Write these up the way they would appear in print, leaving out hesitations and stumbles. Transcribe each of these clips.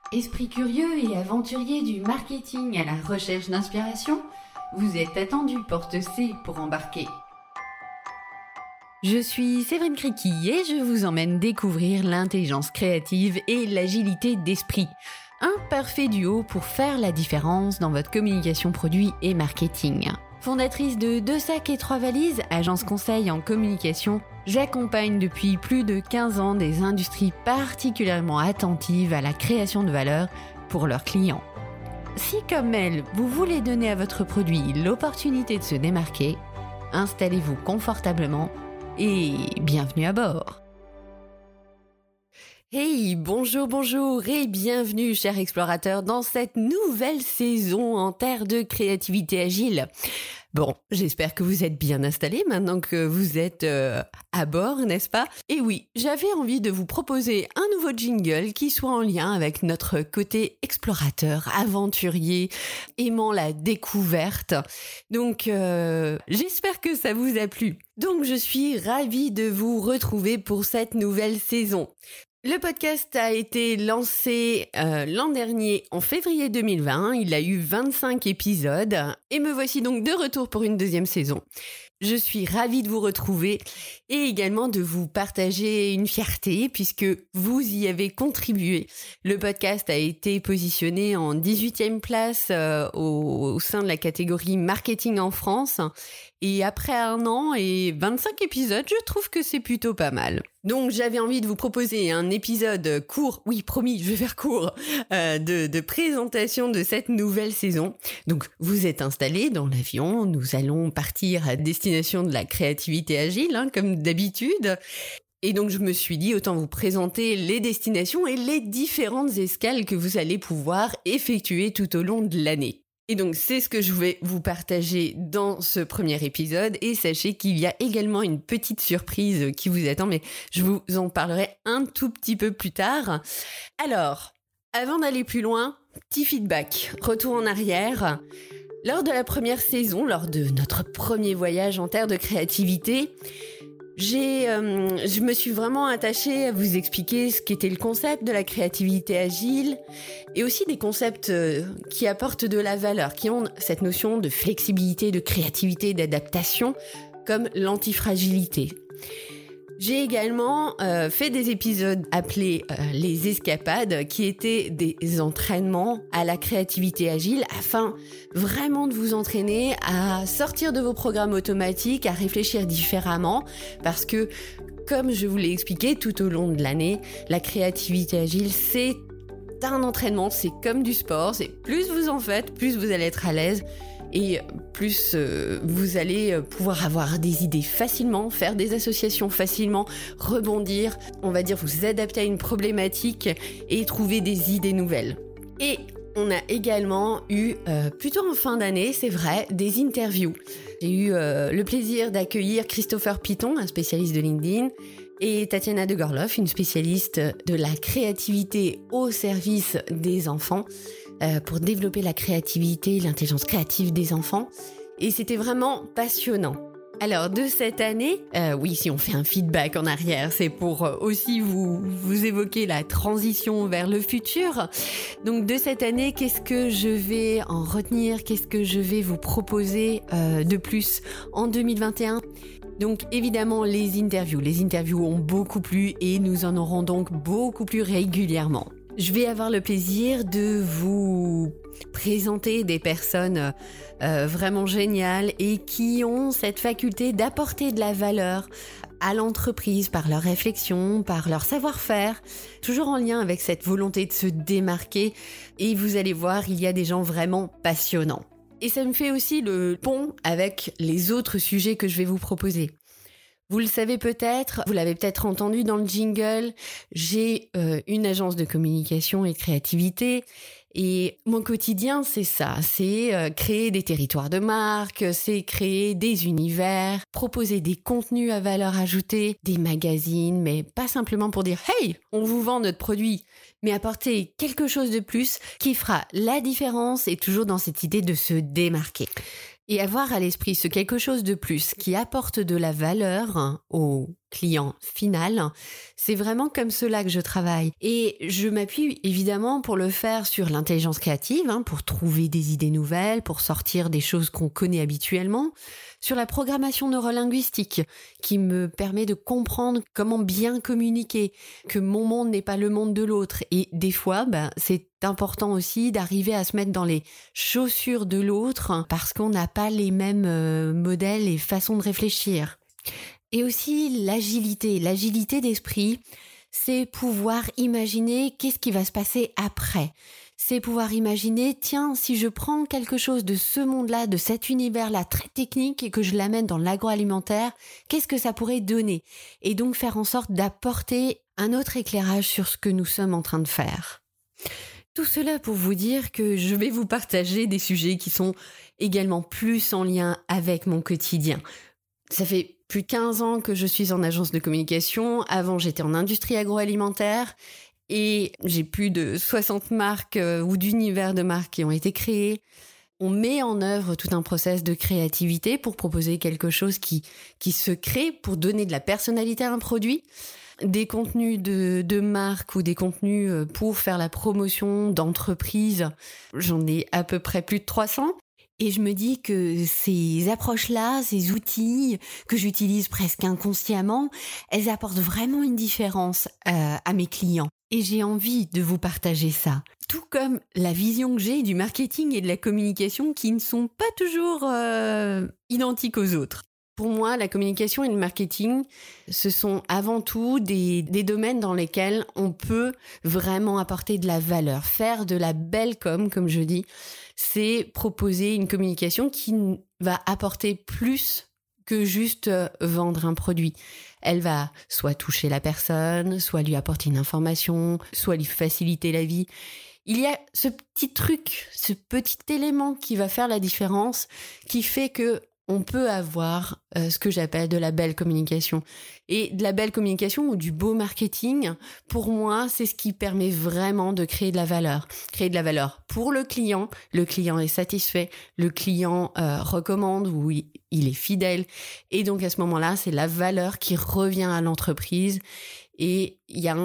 Esprit curieux et aventurier du marketing à la recherche d'inspiration, vous êtes attendu porte C pour embarquer. Je suis Séverine Criqui et je vous emmène découvrir l'intelligence créative et l'agilité d'esprit. Un parfait duo pour faire la différence dans votre communication produit et marketing. Fondatrice de 2 sacs et 3 valises, agence conseil en communication, j'accompagne depuis plus de 15 ans des industries particulièrement attentives à la création de valeur pour leurs clients. Si comme elle, vous voulez donner à votre produit l'opportunité de se démarquer, installez-vous confortablement et bienvenue à bord. Hey, bonjour et bienvenue chers explorateurs dans cette nouvelle saison en terre de créativité agile. Bon, j'espère que vous êtes bien installés maintenant que vous êtes à bord, n'est-ce pas ? Et oui, j'avais envie de vous proposer un nouveau jingle qui soit en lien avec notre côté explorateur, aventurier, aimant la découverte. Donc, j'espère que ça vous a plu. Donc, je suis ravie de vous retrouver pour cette nouvelle saison. Le podcast a été lancé l'an dernier en février 2020, il a eu 25 épisodes et me voici donc de retour pour une deuxième saison. Je suis ravie de vous retrouver et également de vous partager une fierté puisque vous y avez contribué. Le podcast a été positionné en 18e place au sein de la catégorie marketing en France. Et après 1 an et 25 épisodes, je trouve que c'est plutôt pas mal. Donc j'avais envie de vous proposer un épisode court, oui promis, je vais faire court, de présentation de cette nouvelle saison. Donc vous êtes installés dans l'avion, nous allons partir à destination de la créativité agile, comme d'habitude. Et donc je me suis dit, autant vous présenter les destinations et les différentes escales que vous allez pouvoir effectuer tout au long de l'année. Et donc c'est ce que je vais vous partager dans ce premier épisode et sachez qu'il y a également une petite surprise qui vous attend mais je vous en parlerai un tout petit peu plus tard. Alors, avant d'aller plus loin, petit feedback, retour en arrière. Lors de la première saison, lors de notre premier voyage en terre de créativité, je me suis vraiment attachée à vous expliquer ce qu'était le concept de la créativité agile et aussi des concepts qui apportent de la valeur, qui ont cette notion de flexibilité, de créativité, d'adaptation, comme l'antifragilité. J'ai également fait des épisodes appelés les escapades, qui étaient des entraînements à la créativité agile afin vraiment de vous entraîner à sortir de vos programmes automatiques, à réfléchir différemment, parce que, comme je vous l'ai expliqué tout au long de l'année, la créativité agile, c'est un entraînement, c'est comme du sport, c'est plus vous en faites, plus vous allez être à l'aise. Et plus vous allez pouvoir avoir des idées facilement, faire des associations facilement, rebondir, on va dire vous adapter à une problématique et trouver des idées nouvelles. Et on a également eu, plutôt en fin d'année, c'est vrai, des interviews. J'ai eu le plaisir d'accueillir Christopher Piton, un spécialiste de LinkedIn, et Tatiana de Gorloff, une spécialiste de la créativité au service des enfants, pour développer la créativité, l'intelligence créative des enfants. Et c'était vraiment passionnant. Alors, de cette année, oui, si on fait un feedback en arrière, c'est pour aussi vous évoquer la transition vers le futur. Donc, de cette année, qu'est-ce que je vais en retenir ? Qu'est-ce que je vais vous proposer de plus en 2021 ? Donc évidemment les interviews ont beaucoup plu et nous en aurons donc beaucoup plus régulièrement. Je vais avoir le plaisir de vous présenter des personnes vraiment géniales et qui ont cette faculté d'apporter de la valeur à l'entreprise par leur réflexion, par leur savoir-faire, toujours en lien avec cette volonté de se démarquer. Et vous allez voir, il y a des gens vraiment passionnants. Et ça me fait aussi le pont avec les autres sujets que je vais vous proposer. Vous le savez peut-être, vous l'avez peut-être entendu dans le jingle, j'ai une agence de communication et de créativité et mon quotidien c'est ça, c'est créer des territoires de marque, c'est créer des univers, proposer des contenus à valeur ajoutée, des magazines, mais pas simplement pour dire « Hey, on vous vend notre produit !» mais apporter quelque chose de plus qui fera la différence et toujours dans cette idée de se démarquer. Et avoir à l'esprit ce quelque chose de plus qui apporte de la valeur aux client final. C'est vraiment comme cela que je travaille. Et je m'appuie évidemment pour le faire sur l'intelligence créative, pour trouver des idées nouvelles, pour sortir des choses qu'on connaît habituellement, sur la programmation neurolinguistique qui me permet de comprendre comment bien communiquer, que mon monde n'est pas le monde de l'autre. Et des fois, c'est important aussi d'arriver à se mettre dans les chaussures de l'autre parce qu'on n'a pas les mêmes modèles et façons de réfléchir. Et aussi l'agilité d'esprit, c'est pouvoir imaginer qu'est-ce qui va se passer après. C'est pouvoir imaginer, tiens, si je prends quelque chose de ce monde-là, de cet univers-là très technique et que je l'amène dans l'agroalimentaire, qu'est-ce que ça pourrait donner? Et donc faire en sorte d'apporter un autre éclairage sur ce que nous sommes en train de faire. Tout cela pour vous dire que je vais vous partager des sujets qui sont également plus en lien avec mon quotidien. Ça fait plus de 15 ans que je suis en agence de communication. Avant, j'étais en industrie agroalimentaire et j'ai plus de 60 marques ou d'univers de marques qui ont été créés. On met en œuvre tout un process de créativité pour proposer quelque chose qui se crée, pour donner de la personnalité à un produit. Des contenus de marque ou des contenus pour faire la promotion d'entreprises. J'en ai à peu près plus de 300. Et je me dis que ces approches-là, ces outils que j'utilise presque inconsciemment, elles apportent vraiment une différence à mes clients. Et j'ai envie de vous partager ça. Tout comme la vision que j'ai du marketing et de la communication qui ne sont pas toujours identiques aux autres. Pour moi, la communication et le marketing, ce sont avant tout des domaines dans lesquels on peut vraiment apporter de la valeur. Faire de la belle com, comme je dis, c'est proposer une communication qui va apporter plus que juste vendre un produit. Elle va soit toucher la personne, soit lui apporter une information, soit lui faciliter la vie. Il y a ce petit truc, ce petit élément qui va faire la différence, qui fait que on peut avoir ce que j'appelle de la belle communication. Et de la belle communication ou du beau marketing, pour moi, c'est ce qui permet vraiment de créer de la valeur. Créer de la valeur pour le client est satisfait, le client recommande ou il est fidèle. Et donc à ce moment-là, c'est la valeur qui revient à l'entreprise. Et il y a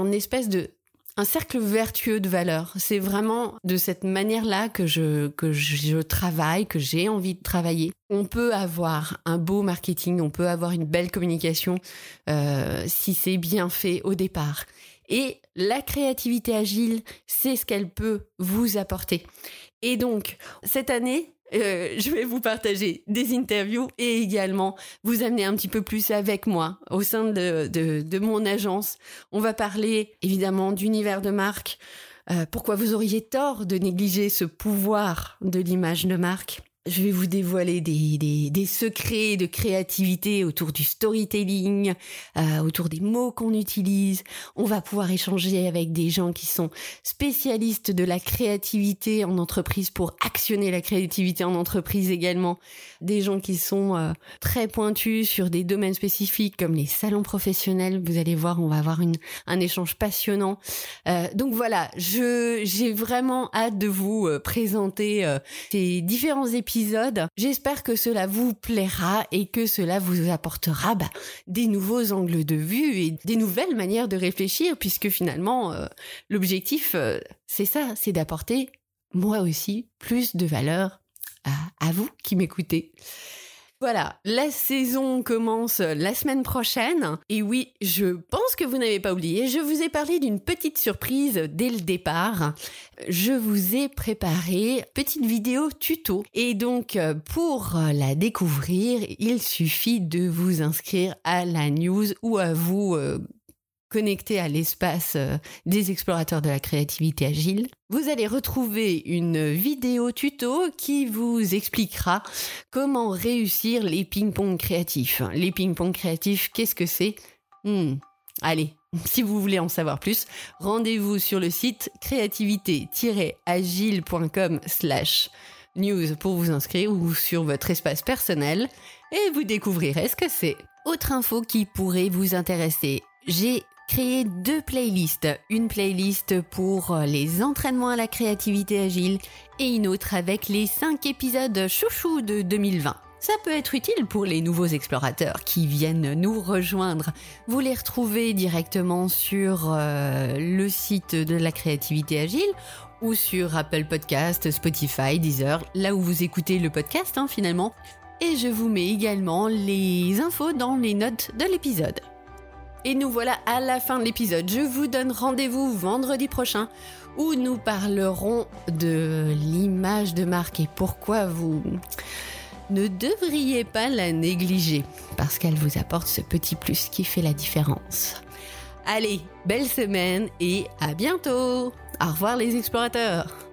un cercle vertueux de valeur. C'est vraiment de cette manière-là que je travaille, que j'ai envie de travailler. On peut avoir un beau marketing, on peut avoir une belle communication si c'est bien fait au départ. Et la créativité agile, c'est ce qu'elle peut vous apporter. Et donc, cette année, je vais vous partager des interviews et également vous amener un petit peu plus avec moi au sein de mon agence. On va parler évidemment d'univers de marque, pourquoi vous auriez tort de négliger ce pouvoir de l'image de marque. Je vais vous dévoiler des secrets de créativité autour du storytelling, autour des mots qu'on utilise. On va pouvoir échanger avec des gens qui sont spécialistes de la créativité en entreprise pour actionner la créativité en entreprise également. Des gens qui sont très pointus sur des domaines spécifiques comme les salons professionnels. Vous allez voir, on va avoir un échange passionnant. Donc voilà, j'ai vraiment hâte de vous présenter ces différents épisodes. J'espère que cela vous plaira et que cela vous apportera des nouveaux angles de vue et des nouvelles manières de réfléchir, puisque finalement, l'objectif, c'est ça, c'est d'apporter, moi aussi, plus de valeur à vous qui m'écoutez. Voilà, la saison commence la semaine prochaine. Et oui, je pense que vous n'avez pas oublié, je vous ai parlé d'une petite surprise dès le départ. Je vous ai préparé une petite vidéo tuto. Et donc, pour la découvrir, il suffit de vous inscrire à la news ou à vous connecté à l'espace des explorateurs de la créativité agile. Vous allez retrouver une vidéo tuto qui vous expliquera comment réussir les ping-pong créatifs. Les ping-pong créatifs, qu'est-ce que c'est ? Allez, si vous voulez en savoir plus, rendez-vous sur le site créativité-agile.com/news pour vous inscrire ou sur votre espace personnel et vous découvrirez ce que c'est. Autre info qui pourrait vous intéresser, j'ai créé 2 playlists. Une playlist pour les entraînements à la créativité agile et une autre avec les 5 épisodes chouchous de 2020. Ça peut être utile pour les nouveaux explorateurs qui viennent nous rejoindre. Vous les retrouvez directement sur le site de la créativité agile ou sur Apple Podcast, Spotify, Deezer, là où vous écoutez le podcast finalement. Et je vous mets également les infos dans les notes de l'épisode. Et nous voilà à la fin de l'épisode. Je vous donne rendez-vous vendredi prochain où nous parlerons de l'image de marque et pourquoi vous ne devriez pas la négliger parce qu'elle vous apporte ce petit plus qui fait la différence. Allez, belle semaine et à bientôt. Au revoir les explorateurs.